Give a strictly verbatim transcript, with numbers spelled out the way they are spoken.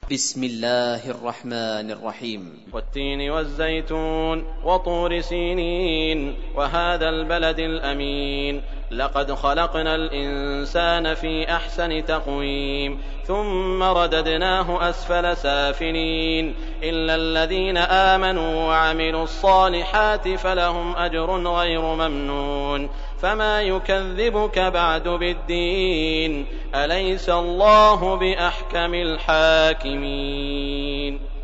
بسم الله الرحمن الرحيم. والتين والزيتون وطور سينين وهذا البلد الأمين لقد خلقنا الإنسان في أحسن تقويم ثم رددناه أسفل سافلين إلا الذين آمنوا وعملوا الصالحات فلهم أجر غير ممنون فما يكذبك بعد بالدين أليس الله بأحكم الحاكمين.